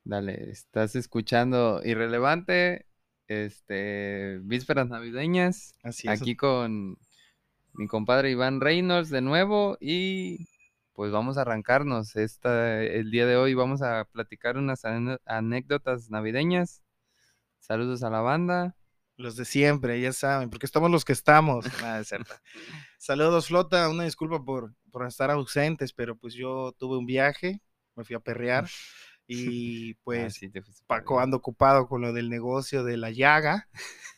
Dale, estás escuchando Irrelevante, vísperas navideñas, Así es. aquí con mi compadre Iván Reynolds de nuevo y pues vamos a arrancarnos. El día de hoy vamos a platicar unas anécdotas navideñas. Saludos a la banda. Los de siempre, ya saben, porque estamos los que estamos. Nada, es cierto. Saludos, Flota. Una disculpa por estar ausentes, pero pues yo tuve un viaje, me fui a perrear y Ah, pues sí, te fuiste para Paco allá. anda ocupado con lo del negocio de la llaga.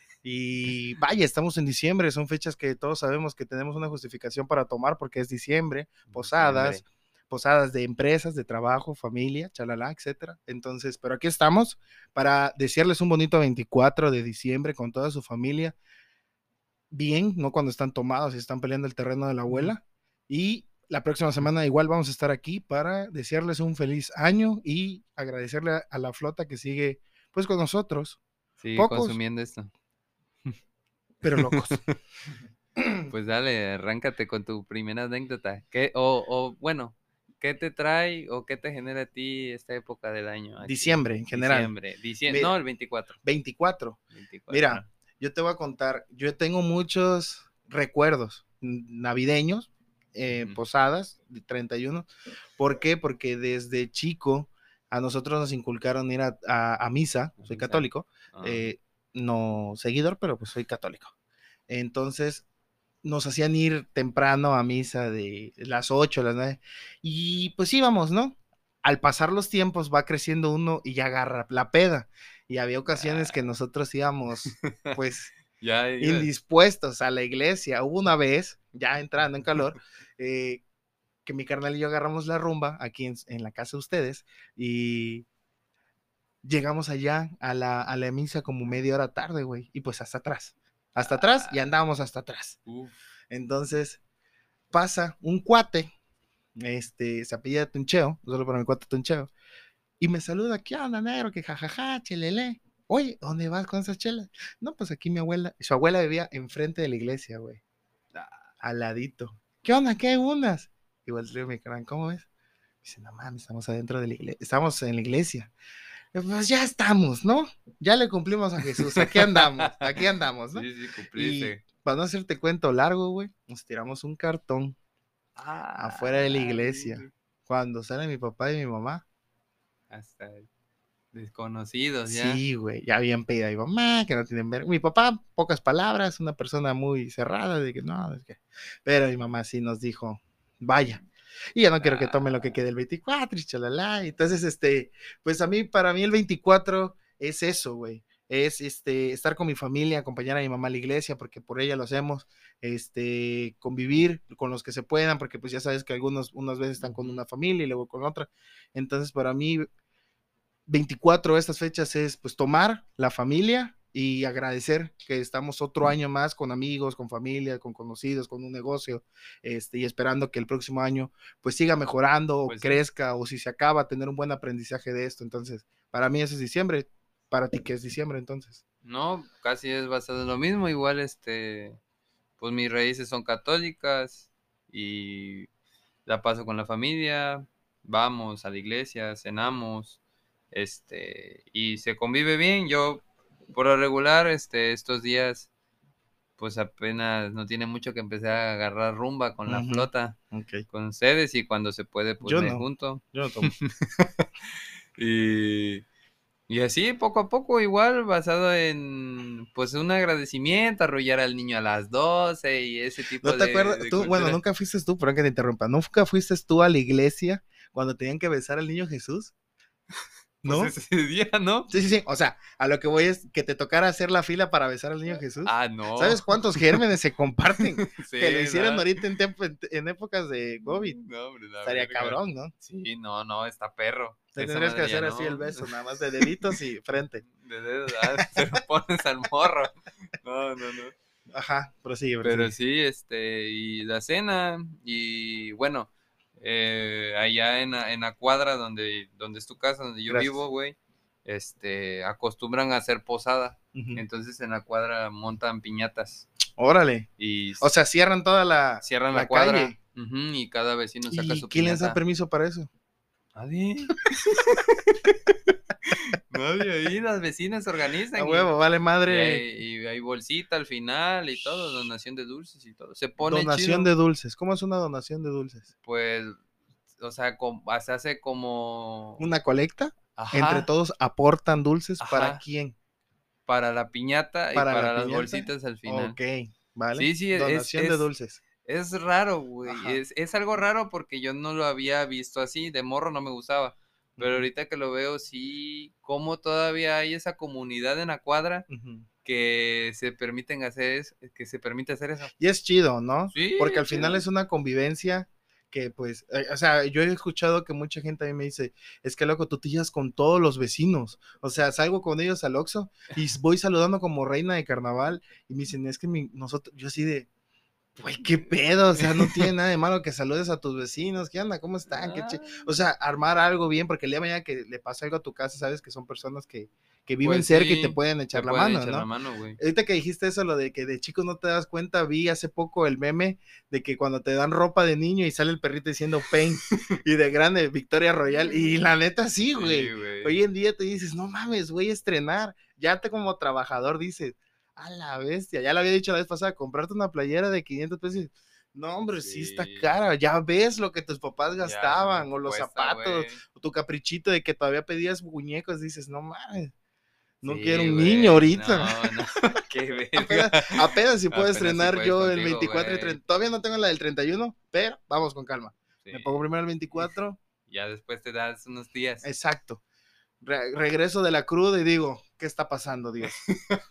Y vaya, estamos en diciembre, son fechas que todos sabemos que tenemos una justificación para tomar porque es diciembre, Diciembre. posadas de empresas, de trabajo, familia, chalala, etcétera. Entonces, pero aquí estamos para desearles un bonito 24 de diciembre con toda su familia, bien, no cuando están tomados y están peleando el terreno de la abuela. Y la próxima semana igual vamos a estar aquí para desearles un feliz año y agradecerle a la flota que sigue pues con nosotros. Sigue Pocos, consumiendo esto. pero locos. Pues dale, arráncate con tu primera anécdota. Bueno, ¿qué te trae o qué te genera a ti esta época del año aquí? Diciembre en general. Diciembre. No, Mira, el 24. 24. 24. Mira, yo te voy a contar, yo tengo muchos recuerdos navideños, Ujú. posadas de 31. ¿Por qué? Porque desde chico a nosotros nos inculcaron ir a misa, soy Misa. católico, Ah, no seguidor, pero pues soy católico. Entonces nos hacían ir temprano a misa de las 8, las 9, y pues íbamos, ¿no? Al pasar los tiempos va creciendo uno y ya agarra la peda. Y había ocasiones que ah. nosotros íbamos, pues, Ya ibas. indispuestos a la iglesia. Hubo una vez, ya entrando en calor, eh, que mi carnal y yo agarramos la rumba aquí en la casa de ustedes y llegamos allá a la misa como media hora tarde, güey, y pues hasta atrás y Ah, andábamos hasta atrás. uf. Entonces pasa un cuate, se apellida Tuncheo, solo para mi cuate Tuncheo, y me saluda, ¿qué onda, negro? Que jajaja, chelele. Oye, ¿dónde vas con esas chelas? No, pues aquí mi abuela, su abuela vivía enfrente de la iglesia, güey, Ah, al ladito. ¿Qué onda? ¿Qué hay unas? Igual le digo, mi carnal, ¿cómo ves? Dice, no mames, estamos adentro de la iglesia, estamos en la iglesia. Pues ya estamos, ¿no? Ya le cumplimos a Jesús, aquí andamos, ¿no? sí, sí, Y cumpliste. para no hacerte cuento largo, güey, nos tiramos un cartón Ah, afuera de la la iglesia. virgen. Cuando salen mi papá y mi mamá, Hasta desconocidos ya. sí, güey, ya habían pedido a mi mamá, que no tienen ver. Mi papá, pocas palabras, una persona muy cerrada, de que no, es que. Pero mi mamá sí nos dijo, vaya. Y ya no quiero que tome lo que Ah, quede el 24 y chalala. Entonces, pues para mí el 24 es eso, güey. Es estar con mi familia, acompañar a mi mamá a la iglesia, porque por ella lo hacemos, convivir con los que se puedan, porque pues ya sabes que algunos unas veces están con ujú. una familia y luego con otra. Entonces, para mí 24 de estas fechas es pues tomar la familia y agradecer que estamos otro año más con amigos, con familia, con conocidos, con un negocio, y esperando que el próximo año pues siga mejorando o Pues sí. crezca o si se acaba, tener un buen aprendizaje de esto. Entonces, para mí eso es diciembre, para ti que es diciembre entonces. No, casi es bastante lo mismo. Igual, pues mis raíces son católicas y la paso con la familia. Vamos a la iglesia, cenamos, y se convive bien. Yo, por lo regular, estos días, pues apenas no tiene mucho que empecé a agarrar rumba con la Ujú. flota, Ok. con ustedes y cuando se puede, pues Yo me no, junto. yo no tomo. Y Y así, poco a poco, igual, basado en, pues, un agradecimiento, arrullar al niño a las 12 y ese tipo ¿No te acuerdas? de Tú, bueno, cultura. nunca fuiste tú, perdón que te interrumpa, ¿nunca fuiste tú a la iglesia cuando tenían que besar al niño Jesús? Pues ¿No? ese día, ¿no? Sí, sí, sí. O sea, a lo que voy es que te tocara hacer la fila para besar al niño Jesús. Ah, no. ¿Sabes cuántos gérmenes se comparten? Que lo Sí, hicieran no. ahorita en épocas de COVID. No, hombre, la Estaría verga. cabrón, ¿no? Sí, no, no, está perro. Te Esa tendrías que madre ya hacer así el no. beso, nada más de deditos y frente. De dedo, se lo pones al morro. No, no, no. Ajá, prosigue, Pero prosigue. sí, y la cena, y bueno, allá en la cuadra donde es tu casa, donde yo vivo, Gracias. güey, acostumbran a hacer posada. Ujú. Entonces en la cuadra montan piñatas Órale. y O sea, cierran toda cierran la la cuadra, calle. ujú, y cada vecino saca ¿Y su quién les da piñata. permiso para eso? Nadie. No, y ahí las vecinas se A organizan huevo, vale y madre. hay bolsita al final y todo, donación de dulces y todo. Se pone Donación chido, de dulces. ¿Cómo es una donación de dulces? pues, o sea, se hace como, ¿Una colecta? Entre ajá, todos aportan dulces. ¿Para ajá, quién? para la piñata y ¿Para la para las piñata? bolsitas al final. Ok, vale. Sí, sí, Donación de dulces. es raro, güey. Ajá. Es algo raro porque yo no lo había visto así. De morro no me gustaba. Pero Ujú, ahorita que lo veo, sí, como todavía hay esa comunidad en la cuadra ujú. que se permite hacer eso. Y es chido, ¿no? Porque Sí, al final chido. es una convivencia que pues, o sea, yo he escuchado que mucha gente a mí me dice, es que loco, tú te llevas con todos los vecinos, o sea, salgo con ellos al Oxxo y voy saludando como reina de carnaval y me dicen, es que nosotros, yo así de, güey, qué pedo, o sea, no tiene nada de malo que saludes a tus vecinos, ¿qué onda? ¿Cómo están? Ah, O sea, armar algo bien, porque el día de mañana que le pasa algo a tu casa, sabes que son personas que viven pues cerca y te sí, pueden te echar la pueden mano, echar la ¿no? mano, güey. Ahorita que dijiste eso, lo de que de chico no te das cuenta, vi hace poco el meme de que cuando te dan ropa de niño y sale el perrito diciendo Pain y de grande Victoria Royal, y la neta sí, Sí, güey. güey. Hoy en día te dices, no mames, voy a estrenar. Ya te como trabajador dices, a la bestia, ya lo había dicho la vez pasada, comprarte una playera de 500 pesos. No, hombre, sí está Sí, cara. Ya ves lo que tus papás ya lo gastaban, o que los cuesta, zapatos, güey. o tu caprichito de que todavía pedías muñecos. Dices, no mames, no quiero Sí, un niño güey. ahorita. No, no, qué verga. Apenas si puedo Apenas si estrenar puedes yo el contigo, 24 y güey. 30. Todavía no tengo la del 31, pero vamos con calma. Sí. Me pongo primero el 24. Ya después te das unos días. Exacto. Regreso de la cruda y digo, ¿qué está pasando, Dios?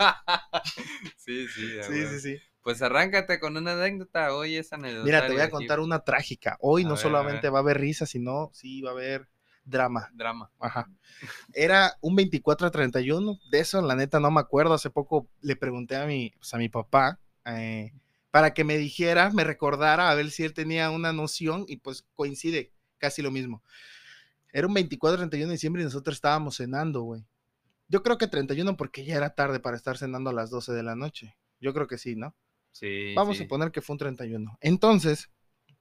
Sí, sí, Sí, güey. sí, sí. Pues arráncate con una anécdota. Hoy es Mira, te voy anecdotario a aquí. contar una trágica. Hoy A no ver, a solamente ver. va a haber risa, sino sí va a haber drama. Drama. Ajá. Era un 24 a 31. De eso, la neta, no me acuerdo. Hace poco le pregunté pues, a mi papá para que me dijera, me recordara, a ver si él tenía una noción y pues coincide casi lo mismo. Era un 24 31 de diciembre y nosotros estábamos cenando, güey. Yo creo que 31 porque ya era tarde para estar cenando a las 12 de la noche. Yo creo que sí, ¿no? Sí, Vamos a sí. poner que fue un 31. Entonces,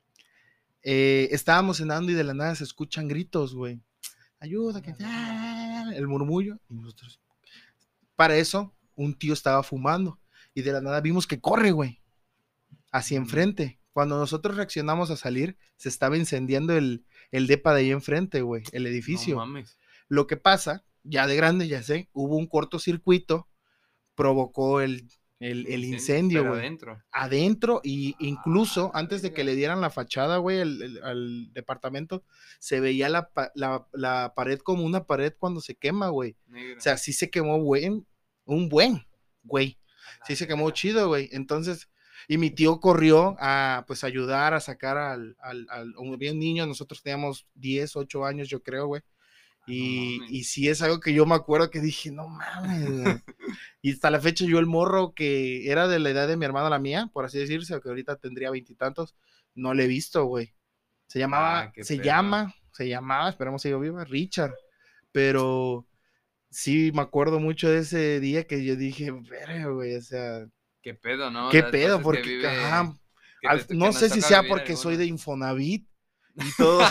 estábamos cenando y de la nada se escuchan gritos, güey. Ayuda, que el murmullo. Y nosotros, para eso, un tío estaba fumando y de la nada vimos que corre, güey, hacia Ujú. enfrente. Cuando nosotros reaccionamos a salir, se estaba incendiando el depa de ahí enfrente, güey, el No edificio. mames. Lo que pasa, ya de grande, ya sé, hubo un cortocircuito, provocó el Incendio, incendio, pero güey. adentro. Adentro, y Ah, incluso la antes de que verga. le dieran la fachada, güey, al departamento, se veía la pared como una pared cuando se quema, güey. O Negra. sea, sí se quemó, güey, un buen, güey. A la Sí se quemó verga. chido, güey. Entonces, y mi tío corrió a, pues, ayudar a sacar había un niño, nosotros teníamos 10 8 años, yo creo, güey. Ah, no Y mames. sí es algo que yo me acuerdo que dije, no mames, güey. Y hasta la fecha yo el morro que era de la edad de mi hermana, la mía, por así decirse, que ahorita tendría veintitantos, no le he visto, güey. Ah, qué pedo. Se llamaba, esperemos siga viva, Richard. Pero sí me acuerdo mucho de ese día que yo dije, verga, güey, o sea, Qué pedo, ¿no? qué Las pedo, cosas que porque, vive, ajá, que no nos sé si toca sea vivir porque soy de algunos. Infonavit y todo,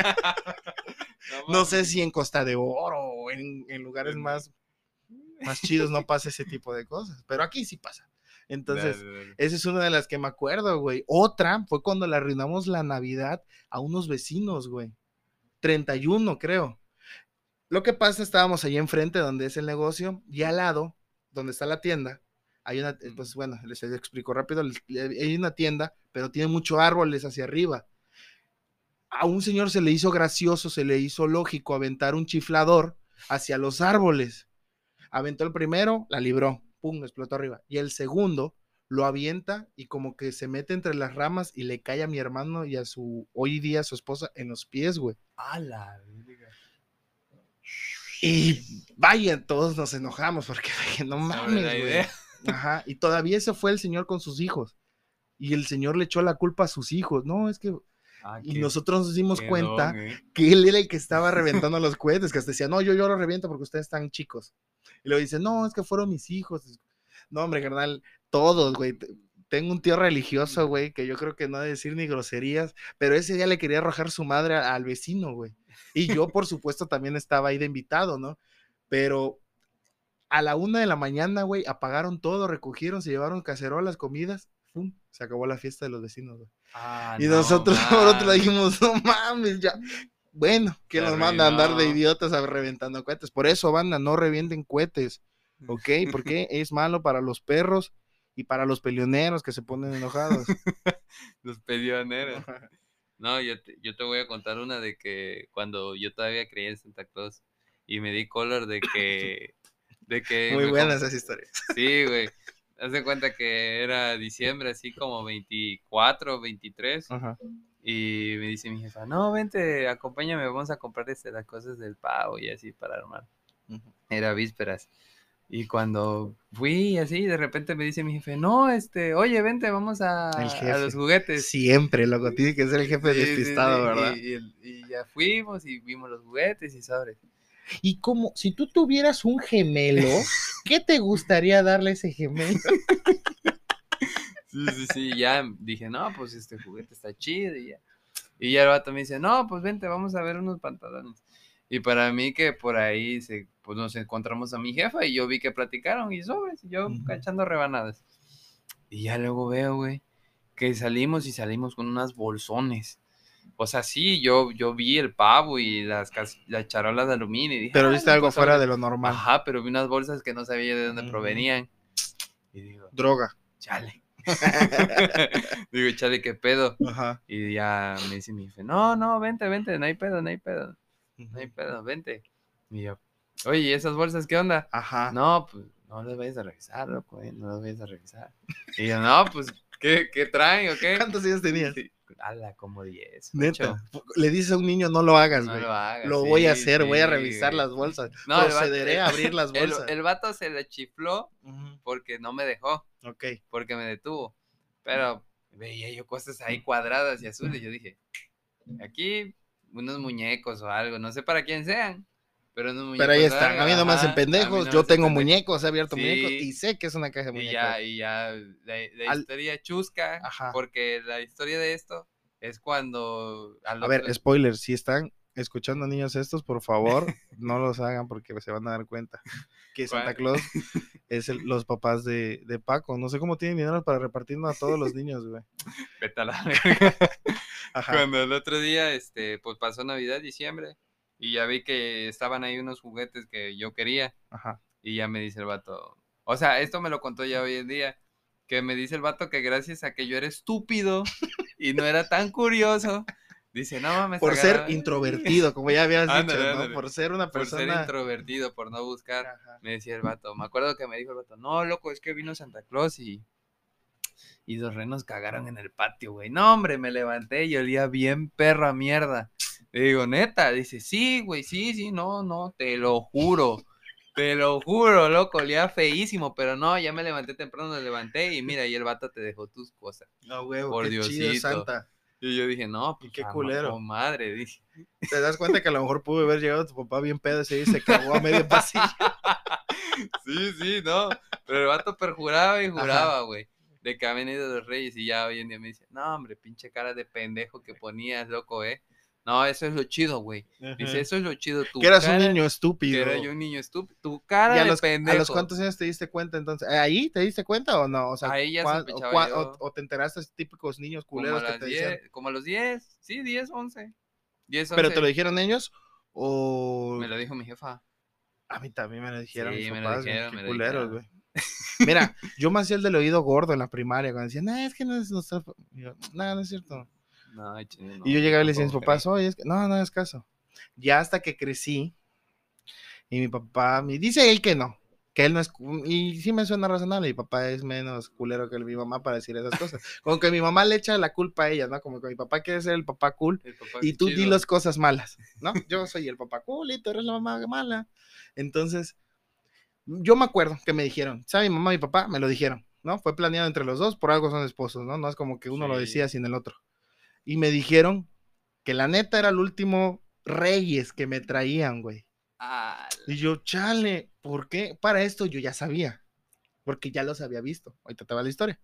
No no sé mames. si en Costa de Oro o en lugares más chidos no pasa ese tipo de cosas, pero aquí sí pasa. Dale, Entonces, dale. esa es una de las que me acuerdo, güey. Otra fue cuando le arruinamos la Navidad a unos vecinos, güey. 31, creo. Lo que pasa, estábamos allí enfrente donde es el negocio y al lado, donde está la tienda, hay una, Mm. pues bueno, les explico rápido, hay una tienda, pero tiene muchos árboles hacia arriba. A un señor se le hizo gracioso, se le hizo lógico aventar un chiflador hacia los árboles. Aventó el primero, la libró, pum, explotó arriba. Y el segundo lo avienta y como que se mete entre las ramas y le cae a mi hermano y a su, hoy día a su esposa en los pies, güey. A la verga. Y vaya, todos nos enojamos porque no Sobre la mames, idea. güey. Ajá, y todavía se fue el señor con sus hijos. Y el señor le echó la culpa a sus hijos. No, es que Ah, y nosotros nos dimos qué don, cuenta que él era el que estaba reventando los cohetes, que hasta decía, no, yo los reviento porque ustedes están chicos. Y luego dice, no, es que fueron mis hijos. No, hombre, carnal, todos, güey. Tengo un tío religioso, güey, que yo creo que no ha de decir ni groserías, pero ese día le quería arrojar su madre al vecino, güey. Y yo, por supuesto, también estaba ahí de invitado, ¿no? pero a la 1 de la mañana, güey, apagaron todo, recogieron, se llevaron cacerolas, comidas, ¡pum! Se acabó la fiesta de los vecinos, güey. Ah, Y no nosotros por otro lado mames. dijimos, no mames, ya. Bueno, Se ¿quién nos manda a andar de arruinó. idiotas a reventando cohetes? Por eso, banda, no revienten cohetes, ¿ok? Porque es malo para los perros y para los peleoneros que se ponen enojados. Los peleoneros. No, yo te voy a contar una de que cuando yo todavía creía en Santa Claus y me di color de que Muy buenas esas historias. Sí, güey. Haz de cuenta que era diciembre, así como 24, 23. Ajá. Y me dice mi jefa, no, vente, acompáñame, vamos a comprar las cosas del pavo y así para armar. Era vísperas. Y cuando fui así, de repente me dice mi jefe, no, oye, vente, vamos El a los jefe. juguetes. Siempre, loco, tiene que ser el jefe Sí, sí, despistado, sí. ¿verdad? Y ya fuimos y vimos los juguetes y sobres. Y como si tú tuvieras un gemelo, ¿qué te gustaría darle a ese gemelo? Sí, sí, sí, ya dije, no, pues este juguete está chido y ya. Y ya el vato me dice, no, pues vente, vamos a ver unos pantalones. Y para mí que por ahí pues nos encontramos a mi jefa y yo vi que platicaron y sobres, y yo cachando rebanadas. Y ya luego veo, güey, que salimos con unas bolsones. O sea, sí, yo vi el pavo y las charolas de aluminio y dije, Pero viste algo pues fuera sobres. de lo normal. Ajá, pero vi unas bolsas que no sabía de dónde provenían. Y digo, Droga. chale. Digo, chale, ¿qué pedo? Ajá. Y ya me dice mi jefe, no, vente, no hay pedo, no hay pedo. No hay pedo, vente. Y yo, oye, ¿y esas bolsas qué onda? Ajá. No, pues no las vayas a revisar, loco, no las vayas a revisar. Y yo, no, pues, ¿qué traen o qué? ¿Cuántos años tenías? Sí, ala, como 10, Neta. 8. Le dices a un niño, no lo hagas, No güey. lo hagas, Lo voy a sí, hacer, voy a sí, revisar güey. las bolsas. No, Procederé a abrir las bolsas. el vato se le chifló porque no me dejó, Ok. porque me detuvo. Pero veía yo cosas ahí cuadradas y azules. Yo dije, aquí unos muñecos o algo, no sé para quién sean, pero unos Pero ahí muñecos o están, algo, a mí no me hacen ajá, a mí pendejos. no me Yo hace tengo pendejo. muñecos, he abierto muñecos y Sí, sé que es una caja de muñecos. y ya la Al- historia chusca, Ajá. porque la historia de esto es cuando A ver, spoiler, si están escuchando niños estos, por favor, no los hagan porque se van a dar cuenta que Santa Claus es los papás de Paco. No sé cómo tienen dinero para repartirnos a todos los niños, güey. Vete a la verga. Ajá. Cuando el otro día, pues pasó Navidad, diciembre, y ya vi que estaban ahí unos juguetes que yo quería, Ajá. y ya me dice el vato, o sea, esto me lo contó ya hoy en día, que me dice el vato que gracias a que yo era estúpido y no era tan curioso, dice, no mames, Por ser agarra. introvertido, como ya habías dicho, Ándale, ¿no? ándale. Por ser una Por ser persona. introvertido, por no buscar, Ajá. me decía el vato. Me acuerdo que me dijo el vato, no, loco, es que vino Santa Claus y los renos cagaron en el patio, güey. No, hombre, me levanté y olía bien perro a mierda. Le digo, neta, dice, sí, güey, sí, no, te lo juro. Te lo juro, loco, olía feísimo, pero no, ya me levanté temprano, me levanté y mira, y el vato te dejó tus cosas. No, huevo, Por qué chido es Diosito. Santa. Y yo dije, no, Y pues, qué culero. madre, dije. Te das cuenta que a lo mejor pudo haber llegado tu papá bien pedo ese día y se cagó a medio pasillo. Sí, no, pero el vato perjuraba y Ajá. juraba, güey, de que ha venido los reyes y ya hoy en día me dice, no, hombre, pinche cara de pendejo que ponías, loco, No, eso es lo chido, güey. Dice, Ajá. eso es lo chido, tu Que eras un cara, niño que estúpido. era yo un niño estúpido, tu ¿Y cara a de los pendejo. cuántos años te diste cuenta entonces? ¿Ahí te diste cuenta o no? O sea, Ahí ya sospechaba yo, o te enteraste de típicos niños como a culeros que las te decían? 10, como a los 10, sí, 10, 11, 10, ¿Pero te lo 11, dijeron ellos? O me lo dijo mi jefa. a mí también me lo dijeron mis Sí, me lo papás, güey. dijeron, Qué me lo culeros, dijeron. güey. Mira, yo me hacía el del oído gordo en la primaria cuando decían, no, es que no es nuestro. No, no es cierto. No, chino, no, Y yo llegaba y le decía a mis tampoco papás, creí. oye, es que no, no es caso. Ya hasta que crecí y mi papá me dice él que él no es, y sí me suena razonable, mi papá es menos culero que mi mamá para decir esas cosas. Como que mi mamá le echa la culpa a ella, ¿no? Como que mi papá quiere ser el papá cool El papá y tú di chido. las cosas malas, ¿no? Yo soy el papá cool y tú eres la mamá mala. Entonces, yo me acuerdo que me dijeron, ¿sabe mi mamá y mi papá? Me lo dijeron, ¿no? Fue planeado entre los dos, por algo son esposos, ¿no? No es como que uno lo decía Sí. sin el otro. Y me dijeron que la neta era el último Reyes que me traían, güey. Ah, Y yo, chale, ¿por qué? Para esto yo ya sabía, porque ya los había visto. Ahorita te va la historia.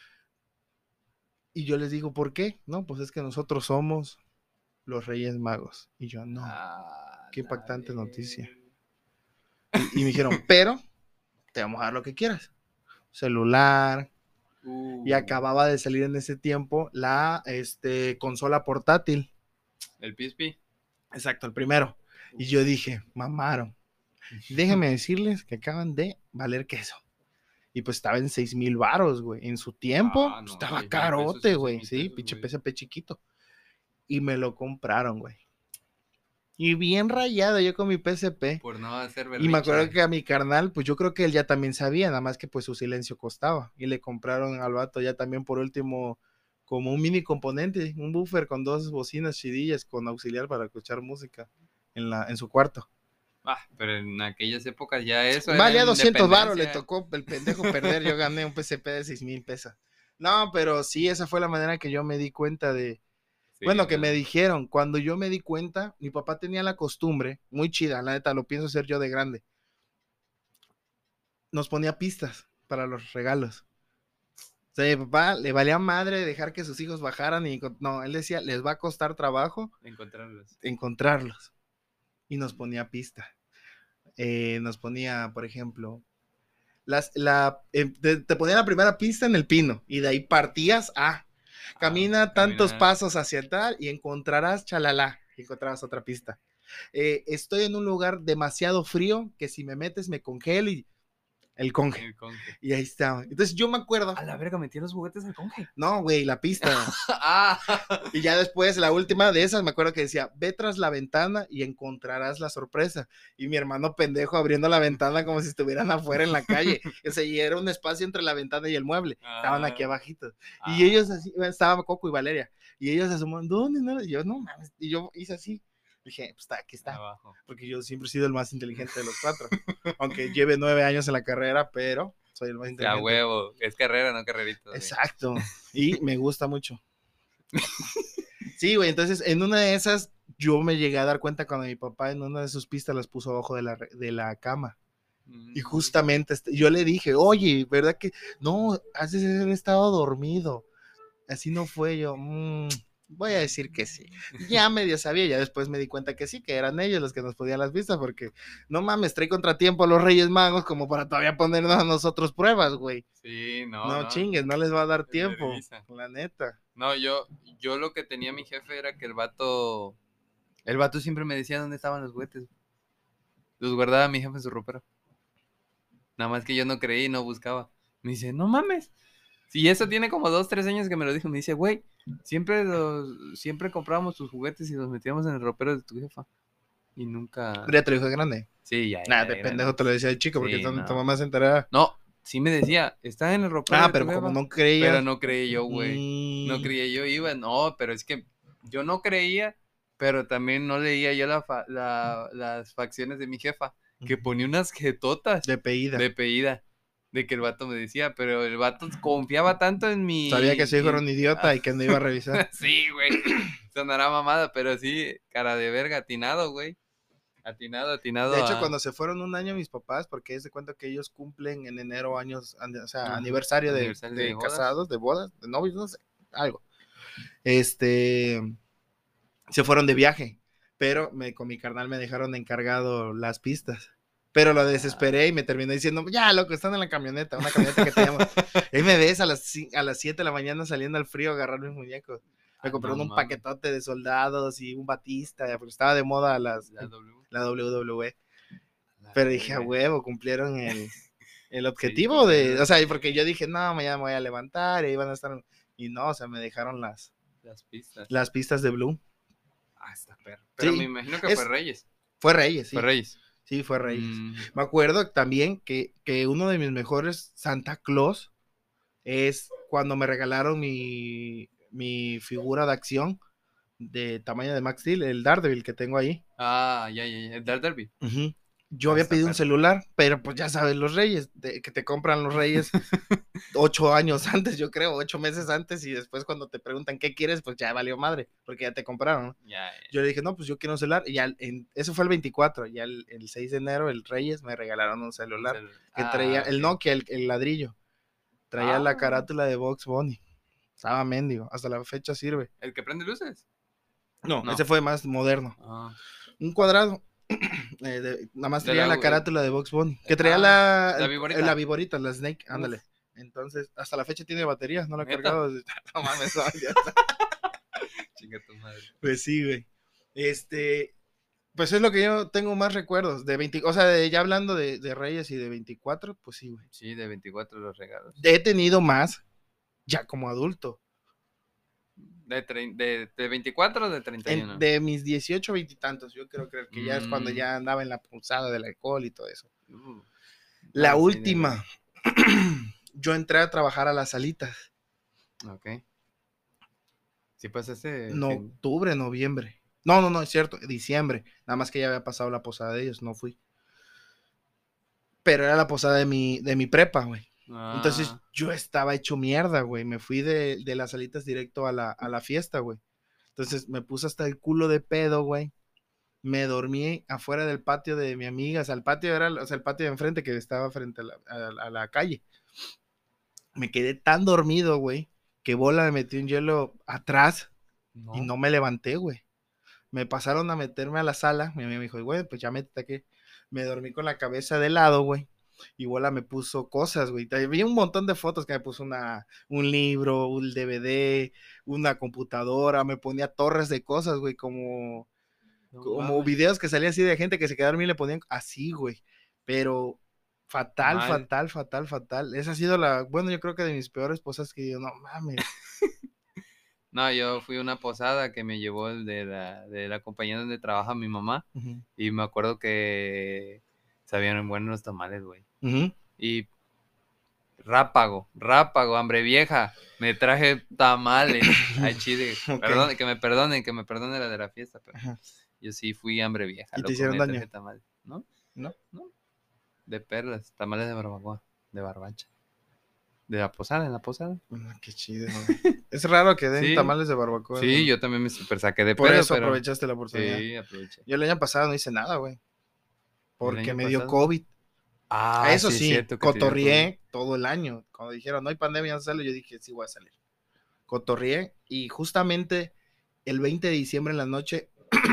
Y yo les digo, ¿por qué? No, pues es que nosotros somos los Reyes Magos. Y yo, no, qué impactante noticia. y me dijeron, pero te vamos a dar lo que quieras. Celular. Y acababa de salir en ese tiempo la consola portátil. El PSP. Exacto, el primero. Y yo dije, mamaron. Déjenme decirles que acaban de valer queso. Y pues estaba en 6,000 varos, güey. En su tiempo No, estaba 6,000 pesos, carote, son güey. 6,000 Sí, pesos, pinche güey. PSP chiquito. Y me lo compraron, güey. Y bien rayado yo con mi PSP. Por no hacer Y me acuerdo berrinche. que a mi carnal, pues yo creo que él ya también sabía, nada más que pues su silencio costaba. Y le compraron al vato ya también por último como un mini componente, un buffer con 2 bocinas chidillas con auxiliar para escuchar música en su cuarto. Pero en aquellas épocas ya eso era Valía 200 varos, le independencia. tocó el pendejo perder, yo gané un PSP de 6,000 pesos. No, pero sí, esa fue la manera que yo me di cuenta de, Sí, bueno, que me no. dijeron, cuando yo me di cuenta, mi papá tenía la costumbre, muy chida, la neta, lo pienso hacer yo de grande, nos ponía pistas para los regalos. O sea, mi papá le valía madre dejar que sus hijos bajaran y no, él decía, les va a costar trabajo Encontrarlos. encontrarlos. Y nos ponía pista. Nos ponía, por ejemplo, te ponía la primera pista en el pino y de ahí partías a camina tantos pasos hacia tal y encontrarás chalala y encontrarás otra pista. Estoy en un lugar demasiado frío que si me metes me congelo y el conge. El conge. Y ahí está. Entonces yo me acuerdo. A la verga, metí los juguetes al conge. No, güey, la pista. Ah. Y ya después, la última de esas, me acuerdo que decía, ve tras la ventana y encontrarás la sorpresa. Y mi hermano pendejo abriendo la ventana como si estuvieran afuera en la calle. O sea, y era un espacio entre la ventana y el mueble. Estaban aquí abajito. Y ellos así, estaba Coco y Valeria. Y ellos asomaron, ¿dónde? No? Y yo, no mames. Y yo hice así. Dije, pues está, aquí está. Abajo. Porque yo siempre he sido el más inteligente de los 4. Aunque lleve 9 años en la carrera, pero soy el más inteligente. A huevo. Es carrera, no carrerito. Exacto. Y me gusta mucho. Sí, güey, entonces en una de esas yo me llegué a dar cuenta cuando mi papá en una de sus pistas las puso abajo de la cama. Y justamente yo le dije, oye, ¿verdad que no? Has de haber estado dormido. Así no fue yo. Voy a decir que sí. Ya medio sabía, ya después me di cuenta que sí, que eran ellos los que nos ponían las pistas, porque no mames, trae contratiempo a los Reyes Magos como para todavía ponernos a nosotros pruebas, güey. Sí, No chingues, no les va a dar Es tiempo, vergüenza. la neta. No, yo lo que tenía mi jefe era que el vato siempre me decía dónde estaban los juguetes. Los guardaba mi jefe en su ropero. Nada más que yo no creí y no buscaba. Me dice, no mames. Si eso tiene como 2, 3 años que me lo dijo. Me dice, güey, siempre comprábamos tus juguetes y los metíamos en el ropero de tu jefa. Y nunca... Ya te lo dijo de grande. Sí, ya. Nada, de pendejo te lo decía de chico, porque Sí, tu no. mamá se enteraba. No, sí me decía, está en el ropero de tu pero jefa. como no creía. Pero no creí yo, güey. No creía yo, iba. No, pero es que yo no creía, pero también no leía yo las facciones de mi jefa, que ponía unas jetotas. De pedida. De que el vato me decía, pero el vato confiaba tanto en mi... Sabía que su hijo era un idiota y que no iba a revisar. Sí, güey. Sonará mamada, pero sí, cara de verga, atinado, güey. Atinado. De hecho, cuando se fueron un año mis papás, porque es de cuenta que ellos cumplen en enero años, o sea, aniversario de casados, de bodas, de novios, no sé, algo. Se fueron de viaje, pero con mi carnal me dejaron encargado las pistas. Pero lo desesperé y me terminó diciendo, ya, loco, están en la camioneta, una camioneta que teníamos. Ahí me ves a las 7 de la mañana saliendo al frío a agarrar mis muñecos. Me compraron un paquetote de soldados y un Batista, porque estaba de moda la WWE. Pero dije, a huevo, cumplieron el objetivo sí, o sea, porque yo dije, no, mañana me voy a levantar y iban a estar, y no, o sea, me dejaron las pistas de Blue. Está perro. Pero sí, me imagino que fue Reyes. Fue Reyes, sí. Fue Reyes. Sí, fue Reyes. Me acuerdo también que uno de mis mejores Santa Claus es cuando me regalaron mi figura de acción de tamaño de Max Steel, el Daredevil que tengo ahí. Ya, el Daredevil. Yo había pedido un celular, pero pues ya sabes, los Reyes, que te compran los Reyes 8 años antes, yo creo, 8 meses antes, y después cuando te preguntan qué quieres, pues ya valió madre, porque ya te compraron, ¿no? Yo le dije, no, pues yo quiero un celular, y ya eso fue el 24, ya el 6 de enero, el Reyes me regalaron un celular, que traía el Nokia, el ladrillo, traía la carátula de Bugs Bunny, estaba mendigo, hasta la fecha sirve. ¿El que prende luces? No, ese fue más moderno. Un cuadrado. Nada más De traía la, la carátula de Bugs Bunny. Que traía la viborita. la viborita, la Snake, Uf, ándale. Entonces, hasta la fecha tiene baterías, no la he ¿neta? cargado. No mames, no, ya. Chinga tu madre. Pues sí, güey. Pues es lo que yo tengo más recuerdos. De 20, o sea, ya hablando de Reyes y de 24, pues sí, güey. Sí, de 24 los regalos. He tenido más ya como adulto. De 24 o de 31. De mis 18, 20 y tantos, yo creo que ya es cuando Mm, ya andaba en la pulsada del alcohol y todo eso. La no, sí, de última, verdad. yo entré a trabajar a las salitas. Ok. Sí pasaste. No, octubre, noviembre. No, es cierto, diciembre. Nada más que ya había pasado la posada de ellos, no fui. Pero era la posada de mi prepa, güey. Entonces Ah, yo estaba hecho mierda, güey. Me fui de las salitas directo a la fiesta, güey. Entonces me puse hasta el culo de pedo, güey. Me dormí afuera del patio de mi amiga. O sea, el patio era, o sea, el patio de enfrente que estaba frente a la calle. Me quedé tan dormido, güey, que Bola me metió un hielo atrás y no. no me levanté, güey. Me pasaron a meterme a la sala. Mi amigo me dijo, güey, pues ya métete aquí. Me dormí con la cabeza de lado, güey. Y Bola me puso cosas, güey. Vi un montón de fotos que me puso un libro, un DVD, una computadora. Me ponía torres de cosas, güey, No como mames. videos que salían así de gente que se quedaba dormida y le ponían así, güey. Pero fatal, Mal. fatal, fatal, fatal. Esa ha sido bueno, yo creo que de mis peores cosas que yo, no mames. No, yo fui a una posada que me llevó el de la compañía donde trabaja mi mamá. Uh-huh. Y me acuerdo que sabían buenos los tamales, güey. Uh-huh. Y rápago, hambre vieja. Me traje tamales al chile. Ok. Perdón, que me perdone la de la fiesta, pero Ajá. yo sí fui hambre vieja, Y te loco. hicieron Me traje daño, tamales. ¿No? ¿no? ¿No? De perlas, tamales de barbacoa, de barbacha. De la posada, en la posada. Qué chido, güey. Es raro que den Sí, tamales de barbacoa. sí, yo también me super saqué de Por pedo, eso pero aprovechaste la oportunidad. sí, aproveché. Yo el año pasado no hice nada, güey. El Porque año me dio pasado. COVID. A Ah, eso sí, es sí, cierto que te dio COVID. cotorrié todo el año. Cuando dijeron, no hay pandemia, no sale, yo dije, sí voy a salir. Cotorrié. Y justamente el 20 de diciembre en la noche,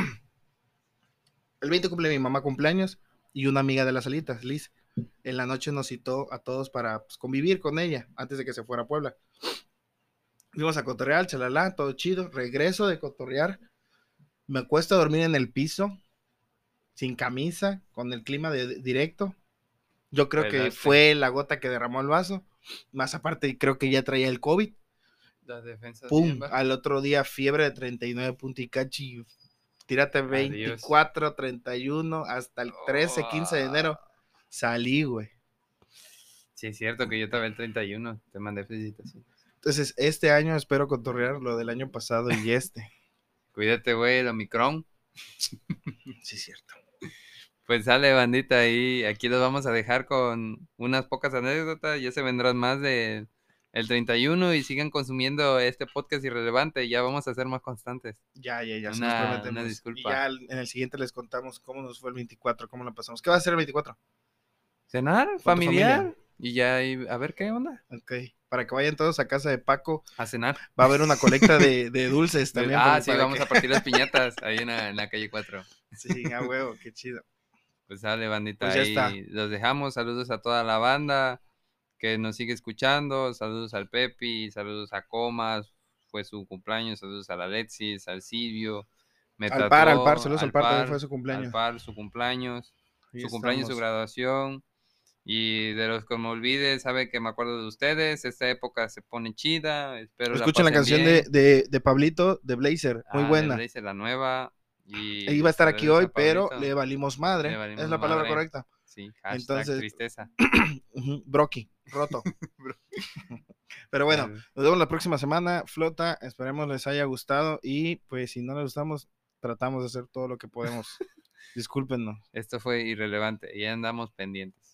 el 20 cumple mi mamá cumpleaños y una amiga de las salitas, Liz. En la noche nos citó a todos para pues, convivir con ella antes de que se fuera a Puebla. Fuimos a cotorrear, chalala, todo chido. Regreso de cotorrear. Me acuesto a dormir en el piso, sin camisa, con el clima directo. Yo creo que Pelaste. fue la gota que derramó el vaso. Más aparte, creo que ya traía el COVID. Las defensas bien Pum, bajas. al otro día fiebre de 39 puntos y cachi. Tírate Adiós. 24, 31, hasta el 13, 15 de Oh, enero. Salí, güey. sí, es cierto que yo estaba el 31. Te mandé felicitaciones. Entonces, este año espero cotorrear lo del año pasado y este. Cuídate, güey, el Omicron. Sí, es cierto. Pues sale, bandita, y aquí los vamos a dejar con unas pocas anécdotas. Ya se vendrán más de el 31 y sigan consumiendo este podcast irrelevante. Ya vamos a ser más constantes. Ya, se nos Una prometemos. Y disculpa. ya en el siguiente les contamos cómo nos fue el 24, cómo la pasamos. ¿Qué va a ser el 24? Cenar, Con tu familia. familiar, y ya, a ver qué onda. Ok. Para que vayan todos a casa de Paco. A cenar. Va a haber una colecta de dulces también. Sí, Para vamos que... a partir las piñatas ahí en la calle 4. Sí, a huevo, qué chido. Pues sale, bandita, Pues ya está. ahí los dejamos. Saludos a toda la banda que nos sigue escuchando. Saludos al Pepi, saludos a Comas, fue su cumpleaños. Saludos a la Alexis, al Silvio. Me Al par, tatuó, saludos al par, también fue su al cumpleaños. par, su cumpleaños. Ahí Su cumpleaños, su estamos. graduación. Y de los que me olvide, sabe que me acuerdo de ustedes. Esta época se pone chida. Espero la Escuchen la pasen canción bien. de Pablito, de Blazer, muy De buena. Blaze, la nueva. Iba Y a estar aquí saludos hoy, a pero Pablito. le valimos Le madre. Es valimos la palabra madre. correcta. Sí, hashtag Entonces, tristeza. broki, roto. Pero bueno, Dale. nos vemos la próxima semana. Flota, esperemos les haya gustado. Y pues si no les gustamos, tratamos de hacer todo lo que podemos. Discúlpenos. Esto fue irrelevante y ya andamos pendientes.